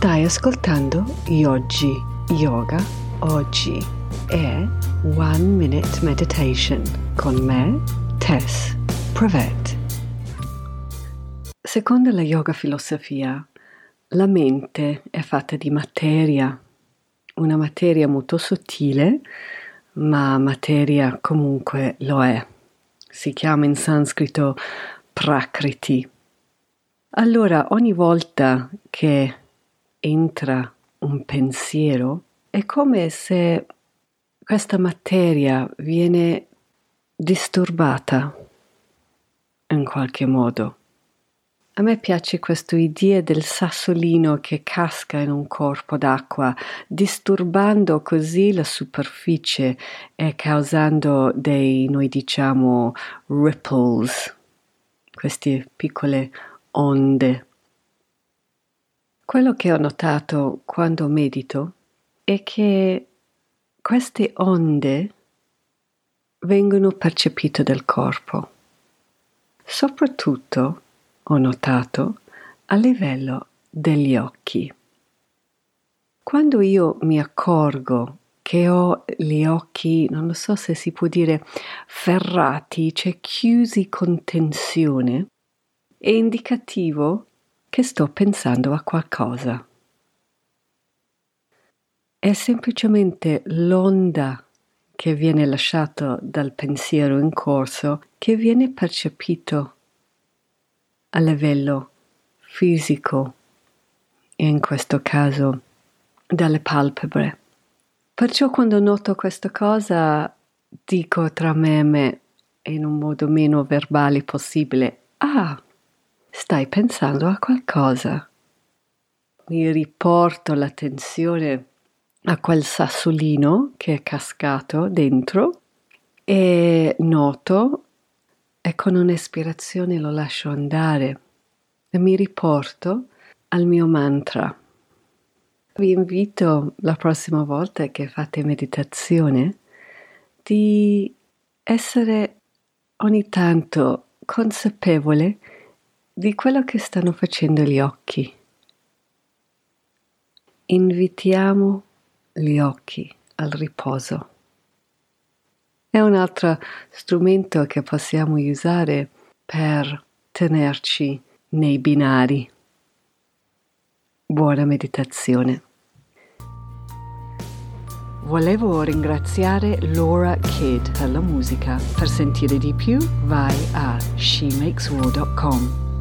Stai ascoltando Yogi Yoga. Oggi è One Minute Meditation con me, Tess Pravet. Secondo la yoga filosofia, la mente è fatta di materia, una materia molto sottile, ma materia comunque lo è. Si chiama in sanscrito Prakriti. Allora, ogni volta che entra un pensiero, è come se questa materia viene disturbata in qualche modo. A me piace questa idea del sassolino che casca in un corpo d'acqua, disturbando così la superficie e causando noi diciamo, ripples, queste piccole onde. Quello che ho notato quando medito è che queste onde vengono percepite dal corpo. Soprattutto ho notato a livello degli occhi. Quando io mi accorgo che ho gli occhi, non lo so se si può dire ferrati, cioè chiusi con tensione, è indicativo che sto pensando a qualcosa. È semplicemente l'onda che viene lasciata dal pensiero in corso che viene percepito a livello fisico e in questo caso dalle palpebre. Perciò quando noto questa cosa dico tra me e me in un modo meno verbale possibile: stai pensando a qualcosa. Mi riporto l'attenzione a quel sassolino che è cascato dentro e noto e con un'espirazione lo lascio andare e mi riporto al mio mantra. Vi invito la prossima volta che fate meditazione di essere ogni tanto consapevole di quello che stanno facendo gli occhi. Invitiamo gli occhi al riposo. È un altro strumento che possiamo usare per tenerci nei binari. Buona meditazione. Volevo ringraziare Laura Kidd per la musica. Per sentire di più vai a shemakeswar.com.